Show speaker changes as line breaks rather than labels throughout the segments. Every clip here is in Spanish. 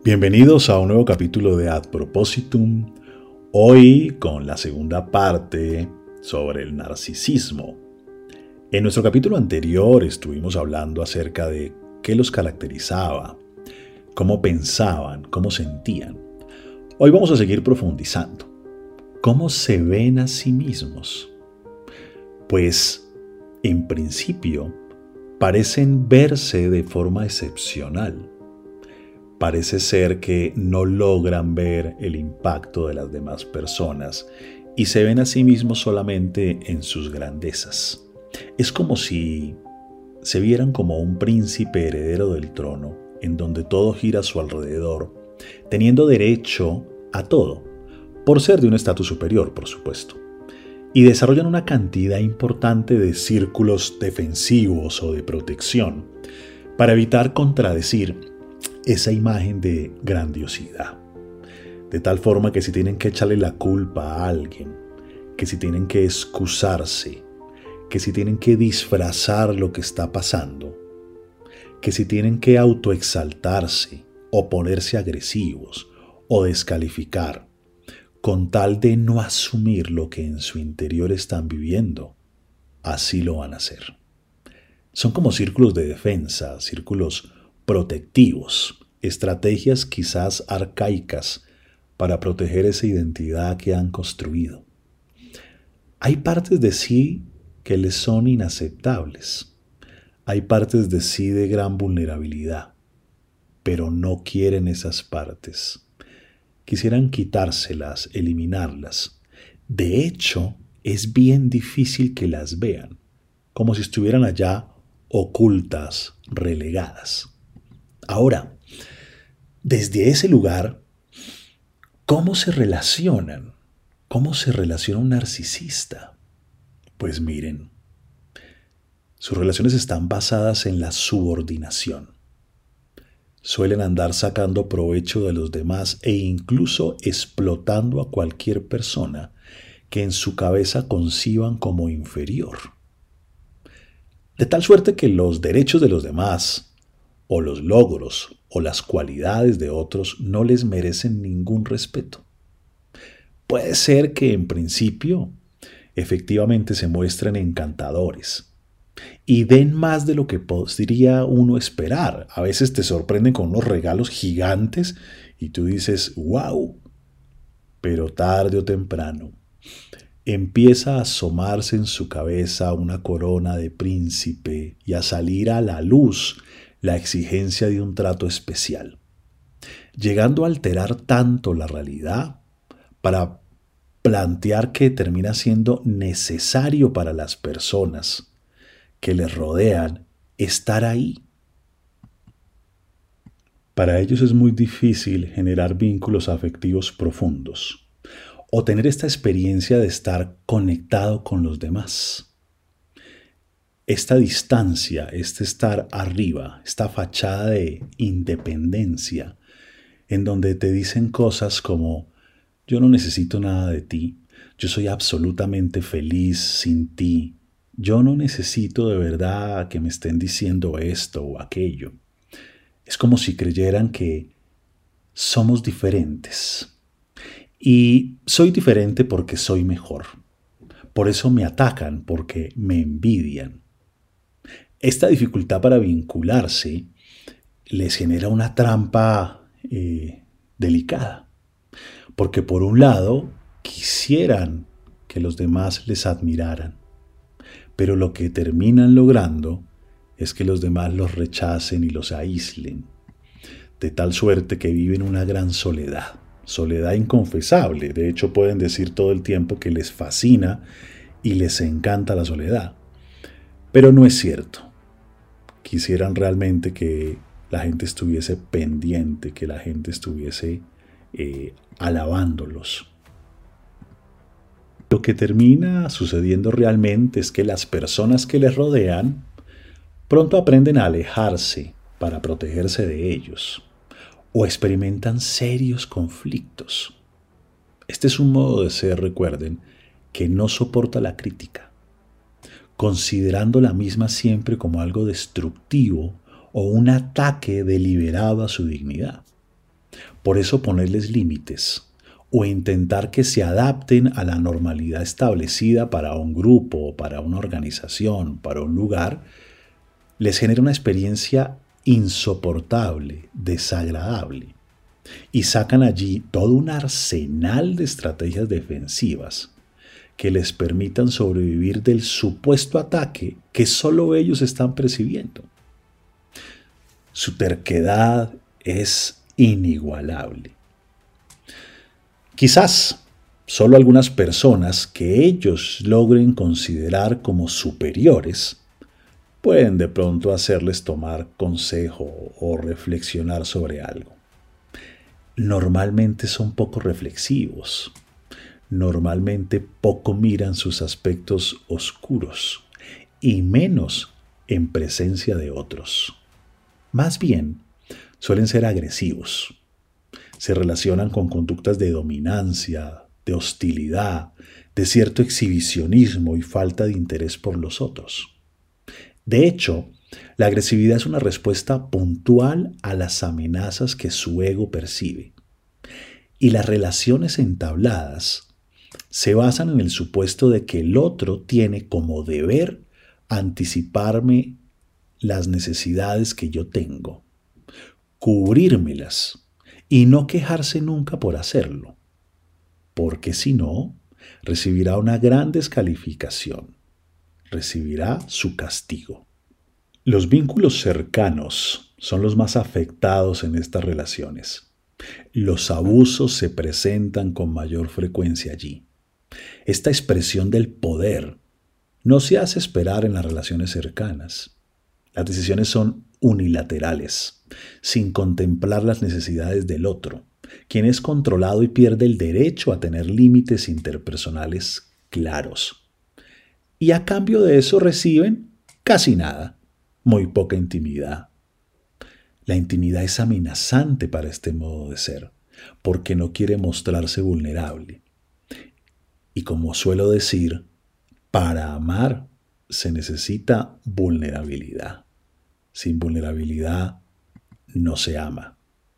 Bienvenidos a un nuevo capítulo de Ad Propositum, hoy con la segunda parte sobre el narcisismo. En nuestro capítulo anterior estuvimos hablando acerca de qué los caracterizaba, cómo pensaban, cómo sentían. Hoy vamos a seguir profundizando. ¿Cómo se ven a sí mismos? Pues, en principio, parecen verse de forma excepcional. Parece ser que no logran ver el impacto de las demás personas y se ven a sí mismos solamente en sus grandezas. Es como si se vieran como un príncipe heredero del trono, en donde todo gira a su alrededor, teniendo derecho a todo, por ser de un estatus superior, por supuesto. Y desarrollan una cantidad importante de círculos defensivos o de protección para evitar contradecir esa imagen de grandiosidad. De tal forma que si tienen que echarle la culpa a alguien, que si tienen que excusarse, que si tienen que disfrazar lo que está pasando, que si tienen que autoexaltarse o ponerse agresivos o descalificar, con tal de no asumir lo que en su interior están viviendo, así lo van a hacer. Son como círculos de defensa, círculos protectivos, estrategias quizás arcaicas para proteger esa identidad que han construido. Hay partes de sí que les son inaceptables. Hay partes de sí de gran vulnerabilidad, pero no quieren esas partes. Quisieran quitárselas, eliminarlas. De hecho, es bien difícil que las vean, como si estuvieran allá ocultas, relegadas. Ahora, desde ese lugar, ¿cómo se relacionan? ¿Cómo se relaciona un narcisista? Pues miren, sus relaciones están basadas en la subordinación. Suelen andar sacando provecho de los demás e incluso explotando a cualquier persona que en su cabeza conciban como inferior. De tal suerte que los derechos de los demás, o los logros o las cualidades de otros no les merecen ningún respeto. Puede ser que en principio efectivamente se muestren encantadores y den más de lo que podría uno esperar. A veces te sorprenden con unos regalos gigantes y tú dices, wow, pero tarde o temprano empieza a asomarse en su cabeza una corona de príncipe y a salir a la luz la exigencia de un trato especial, llegando a alterar tanto la realidad para plantear que termina siendo necesario para las personas que les rodean estar ahí. Para ellos es muy difícil generar vínculos afectivos profundos o tener esta experiencia de estar conectado con los demás. Esta distancia, este estar arriba, esta fachada de independencia, en donde te dicen cosas como, yo no necesito nada de ti, yo soy absolutamente feliz sin ti, yo no necesito de verdad que me estén diciendo esto o aquello. Es como si creyeran que somos diferentes. Y soy diferente porque soy mejor. Por eso me atacan, porque me envidian. Esta dificultad para vincularse les genera una trampa delicada, porque por un lado quisieran que los demás les admiraran, pero lo que terminan logrando es que los demás los rechacen y los aíslen, de tal suerte que viven una gran soledad, soledad inconfesable. De hecho, pueden decir todo el tiempo que les fascina y les encanta la soledad, pero no es cierto. Quisieran realmente que la gente estuviese pendiente, que la gente estuviese alabándolos. Lo que termina sucediendo realmente es que las personas que les rodean pronto aprenden a alejarse para protegerse de ellos o experimentan serios conflictos. Este es un modo de ser, recuerden, que no soporta la crítica, considerando la misma siempre como algo destructivo o un ataque deliberado a su dignidad. Por eso ponerles límites o intentar que se adapten a la normalidad establecida para un grupo, para una organización, para un lugar, les genera una experiencia insoportable, desagradable, y sacan allí todo un arsenal de estrategias defensivas que les permitan sobrevivir del supuesto ataque que solo ellos están percibiendo. Su terquedad es inigualable. Quizás solo algunas personas que ellos logren considerar como superiores pueden de pronto hacerles tomar consejo o reflexionar sobre algo. Normalmente son poco reflexivos. Normalmente poco miran sus aspectos oscuros y menos en presencia de otros. Más bien, suelen ser agresivos. Se relacionan con conductas de dominancia, de hostilidad, de cierto exhibicionismo y falta de interés por los otros. De hecho, la agresividad es una respuesta puntual a las amenazas que su ego percibe. Y las relaciones entabladas se basan en el supuesto de que el otro tiene como deber anticiparme las necesidades que yo tengo, cubrírmelas y no quejarse nunca por hacerlo, porque si no, recibirá una gran descalificación, recibirá su castigo. Los vínculos cercanos son los más afectados en estas relaciones. Los abusos se presentan con mayor frecuencia allí. Esta expresión del poder no se hace esperar en las relaciones cercanas. Las decisiones son unilaterales, sin contemplar las necesidades del otro, quien es controlado y pierde el derecho a tener límites interpersonales claros. Y a cambio de eso reciben casi nada, muy poca intimidad. La intimidad es amenazante para este modo de ser, porque no quiere mostrarse vulnerable. Y como suelo decir, para amar se necesita vulnerabilidad. Sin vulnerabilidad no se ama.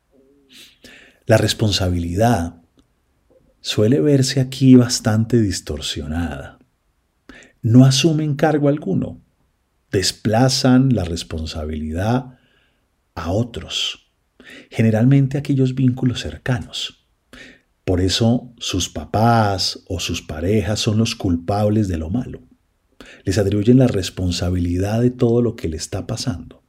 La responsabilidad suele verse aquí bastante distorsionada. No asumen cargo alguno. Desplazan la responsabilidad a otros, generalmente aquellos vínculos cercanos. Por eso sus papás o sus parejas son los culpables de lo malo. Les atribuyen la responsabilidad de todo lo que le está pasando.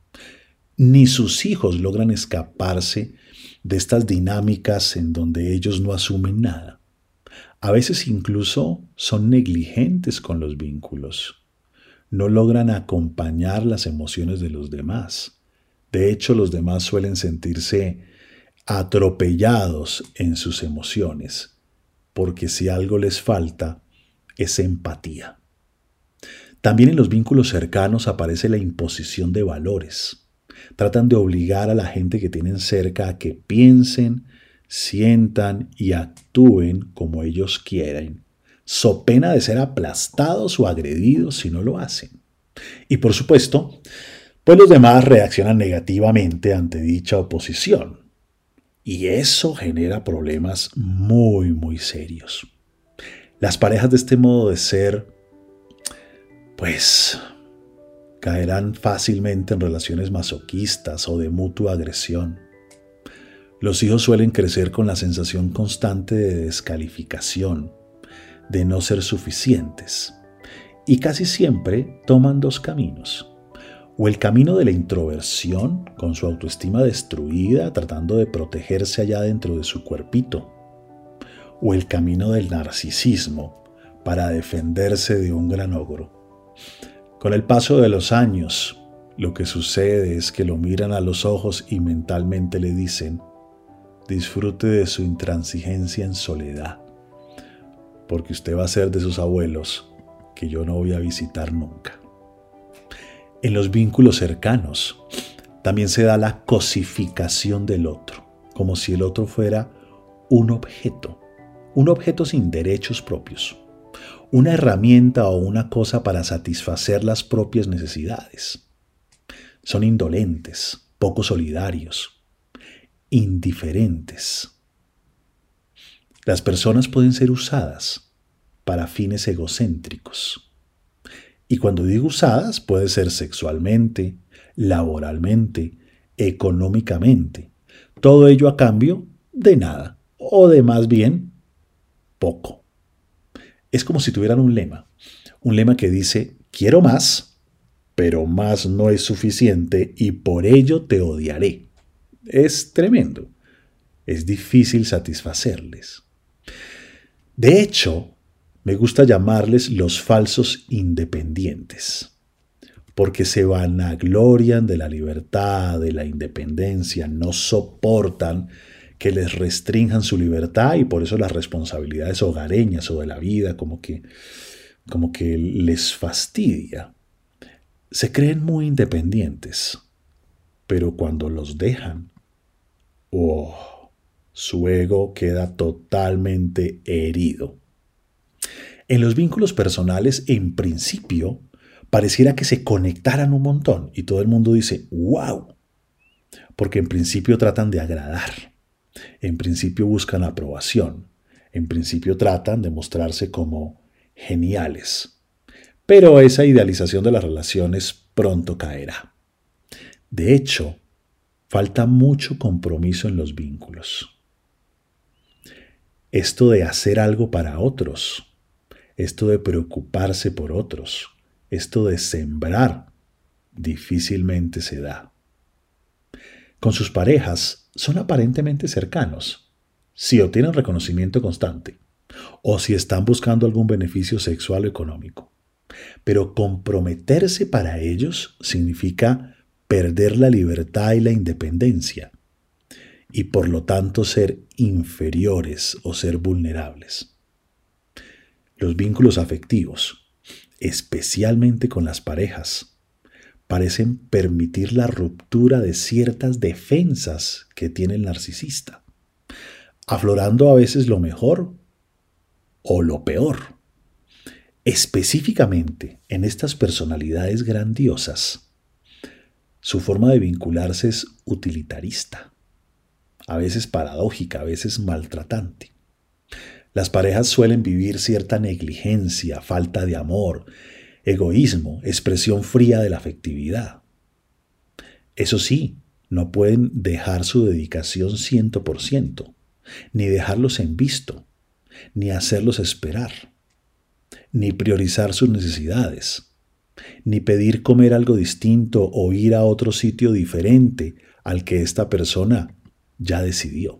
Ni sus hijos logran escaparse de estas dinámicas en donde ellos no asumen nada. A veces incluso son negligentes con los vínculos. No logran acompañar las emociones de los demás. De hecho, los demás suelen sentirse atropellados en sus emociones, porque si algo les falta, es empatía. También en los vínculos cercanos aparece la imposición de valores. Tratan de obligar a la gente que tienen cerca a que piensen, sientan y actúen como ellos quieren, so pena de ser aplastados o agredidos si no lo hacen. Y por supuesto, pues los demás reaccionan negativamente ante dicha oposición. Y eso genera problemas muy, muy serios. Las parejas de este modo de ser, pues, caerán fácilmente en relaciones masoquistas o de mutua agresión. Los hijos suelen crecer con la sensación constante de descalificación, de no ser suficientes. Y casi siempre toman dos caminos. O el camino de la introversión, con su autoestima destruida, tratando de protegerse allá dentro de su cuerpito. O el camino del narcisismo, para defenderse de un gran ogro. Con el paso de los años, lo que sucede es que lo miran a los ojos y mentalmente le dicen: disfrute de su intransigencia en soledad, porque usted va a ser de esos abuelos que yo no voy a visitar nunca. En los vínculos cercanos también se da la cosificación del otro, como si el otro fuera un objeto sin derechos propios, una herramienta o una cosa para satisfacer las propias necesidades. Son indolentes, poco solidarios. indiferentes. Las personas pueden ser usadas para fines egocéntricos. Y cuando digo usadas, puede ser sexualmente, laboralmente, económicamente. Todo ello a cambio de nada, o de más bien poco. Es como si tuvieran un lema que dice, quiero más, pero más no es suficiente y por ello te odiaré. Es tremendo. Es difícil satisfacerles. De hecho, me gusta llamarles los falsos independientes, porque se vanaglorian de la libertad, de la independencia, no soportan que les restrinjan su libertad y por eso las responsabilidades hogareñas o de la vida como que les fastidia. Se creen muy independientes, pero cuando los dejan, su ego queda totalmente herido. En los vínculos personales, en principio, pareciera que se conectaran un montón y todo el mundo dice, ¡wow! Porque en principio tratan de agradar, en principio buscan aprobación, en principio tratan de mostrarse como geniales. Pero esa idealización de las relaciones pronto caerá. De hecho, falta mucho compromiso en los vínculos. Esto de hacer algo para otros, esto de preocuparse por otros, esto de sembrar, difícilmente se da. Con sus parejas son aparentemente cercanos, si obtienen reconocimiento constante, o si están buscando algún beneficio sexual o económico. Pero comprometerse para ellos significa perder la libertad y la independencia, y por lo tanto ser inferiores o ser vulnerables. Los vínculos afectivos, especialmente con las parejas, parecen permitir la ruptura de ciertas defensas que tiene el narcisista, aflorando a veces lo mejor o lo peor. Específicamente en estas personalidades grandiosas, su forma de vincularse es utilitarista, a veces paradójica, a veces maltratante. Las parejas suelen vivir cierta negligencia, falta de amor, egoísmo, expresión fría de la afectividad. Eso sí, no pueden dejar su dedicación 100%, ni dejarlos en visto, ni hacerlos esperar, ni priorizar sus necesidades, ni pedir comer algo distinto o ir a otro sitio diferente al que esta persona ya decidió.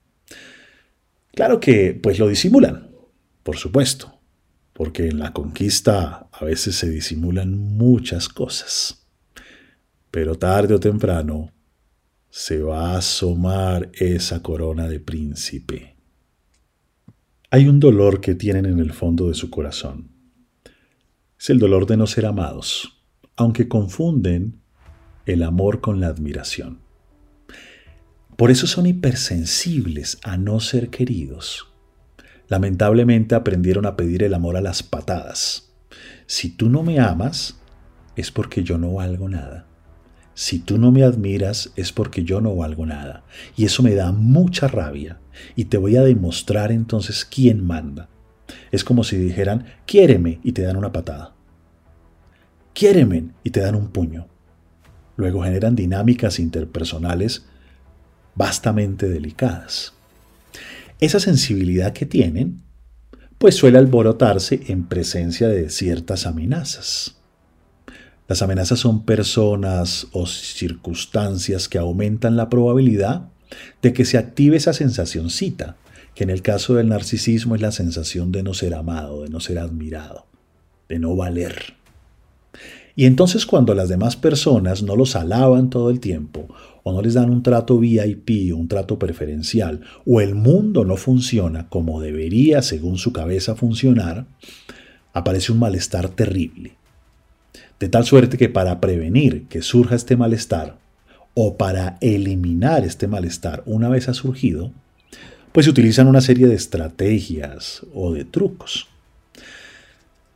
Claro que, pues lo disimulan, por supuesto, porque en la conquista a veces se disimulan muchas cosas. Pero tarde o temprano se va a asomar esa corona de príncipe. Hay un dolor que tienen en el fondo de su corazón. Es el dolor de no ser amados, aunque confunden el amor con la admiración. Por eso son hipersensibles a no ser queridos. Lamentablemente aprendieron a pedir el amor a las patadas. Si tú no me amas, es porque yo no valgo nada. Si tú no me admiras, es porque yo no valgo nada. Y eso me da mucha rabia. Y te voy a demostrar entonces quién manda. Es como si dijeran, quiéreme, y te dan una patada. Quiéreme, y te dan un puño. Luego generan dinámicas interpersonales vastamente delicadas. Esa sensibilidad que tienen, pues suele alborotarse en presencia de ciertas amenazas. Las amenazas son personas o circunstancias que aumentan la probabilidad de que se active esa sensacioncita, que en el caso del narcisismo es la sensación de no ser amado, de no ser admirado, de no valer. Y entonces cuando las demás personas no los alaban todo el tiempo, o no les dan un trato VIP, un trato preferencial, o el mundo no funciona como debería según su cabeza funcionar, aparece un malestar terrible. De tal suerte que para prevenir que surja este malestar, o para eliminar este malestar una vez ha surgido, pues se utilizan una serie de estrategias o de trucos.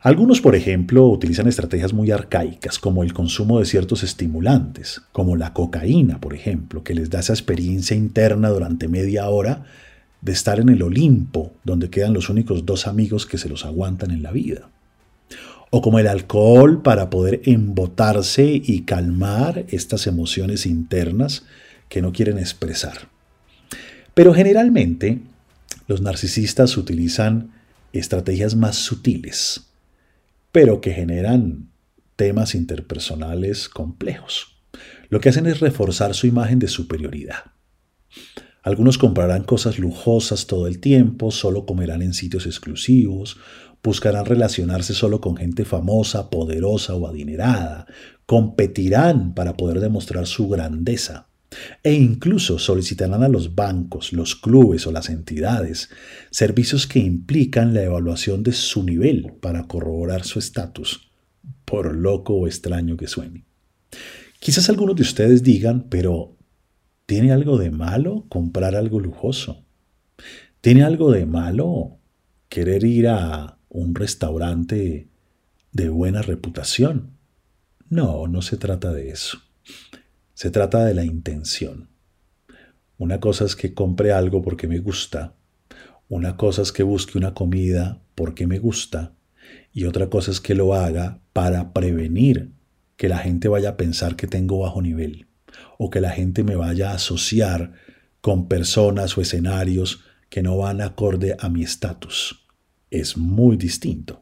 Algunos, por ejemplo, utilizan estrategias muy arcaicas, como el consumo de ciertos estimulantes, como la cocaína, por ejemplo, que les da esa experiencia interna durante media hora de estar en el Olimpo, donde quedan los únicos dos amigos que se los aguantan en la vida. O como el alcohol para poder embotarse y calmar estas emociones internas que no quieren expresar. Pero generalmente los narcisistas utilizan estrategias más sutiles, pero que generan temas interpersonales complejos. Lo que hacen es reforzar su imagen de superioridad. Algunos comprarán cosas lujosas todo el tiempo, solo comerán en sitios exclusivos, buscarán relacionarse solo con gente famosa, poderosa o adinerada, competirán para poder demostrar su grandeza e incluso solicitarán a los bancos, los clubes o las entidades servicios que implican la evaluación de su nivel para corroborar su estatus, por loco o extraño que suene. Quizás algunos de ustedes digan, pero ¿tiene algo de malo comprar algo lujoso? ¿Tiene algo de malo querer ir a un restaurante de buena reputación? No, no se trata de eso. Se trata de la intención. Una cosa es que compre algo porque me gusta, una cosa es que busque una comida porque me gusta y otra cosa es que lo haga para prevenir que la gente vaya a pensar que tengo bajo nivel o que la gente me vaya a asociar con personas o escenarios que no van acorde a mi estatus. Es muy distinto.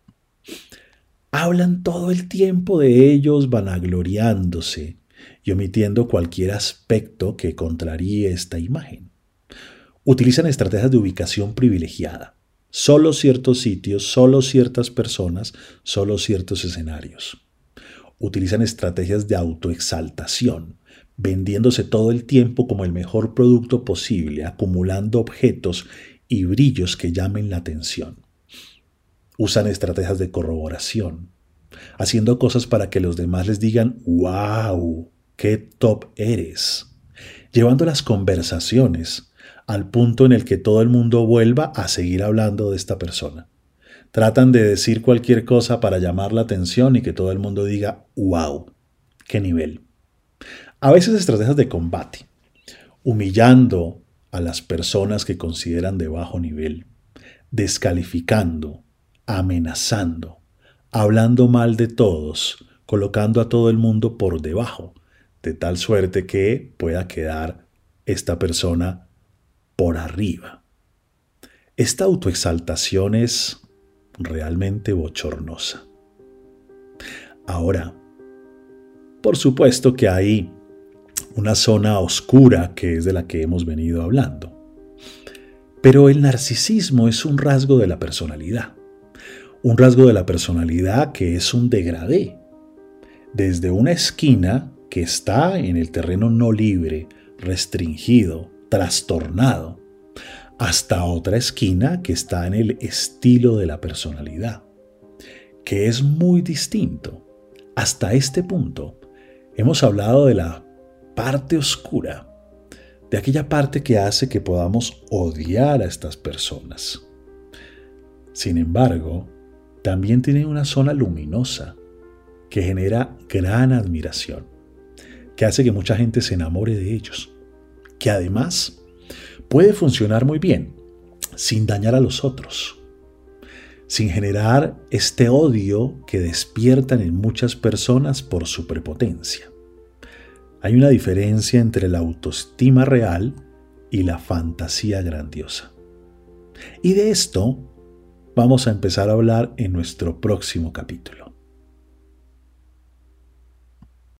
Hablan todo el tiempo de ellos vanagloriándose y omitiendo cualquier aspecto que contraríe esta imagen. Utilizan estrategias de ubicación privilegiada. Solo ciertos sitios, solo ciertas personas, solo ciertos escenarios. Utilizan estrategias de autoexaltación, vendiéndose todo el tiempo como el mejor producto posible, acumulando objetos y brillos que llamen la atención. Usan estrategias de corroboración, haciendo cosas para que los demás les digan ¡wow! ¡Qué top eres! Llevando las conversaciones al punto en el que todo el mundo vuelva a seguir hablando de esta persona. Tratan de decir cualquier cosa para llamar la atención y que todo el mundo diga ¡wow! ¡Qué nivel! A veces estrategias de combate, humillando a las personas que consideran de bajo nivel, descalificando, amenazando, hablando mal de todos, colocando a todo el mundo por debajo, de tal suerte que pueda quedar esta persona por arriba. Esta autoexaltación es realmente bochornosa. Ahora, por supuesto que hay una zona oscura que es de la que hemos venido hablando. Pero el narcisismo es un rasgo de la personalidad. Un rasgo de la personalidad que es un degradé. Desde una esquina que está en el terreno no libre, restringido, trastornado, hasta otra esquina que está en el estilo de la personalidad, que es muy distinto. Hasta este punto hemos hablado de la parte oscura, de aquella parte que hace que podamos odiar a estas personas. Sin embargo, también tiene una zona luminosa que genera gran admiración, que hace que mucha gente se enamore de ellos, que además puede funcionar muy bien sin dañar a los otros, sin generar este odio que despiertan en muchas personas por su prepotencia. Hay una diferencia entre la autoestima real y la fantasía grandiosa. Y de esto vamos a empezar a hablar en nuestro próximo capítulo.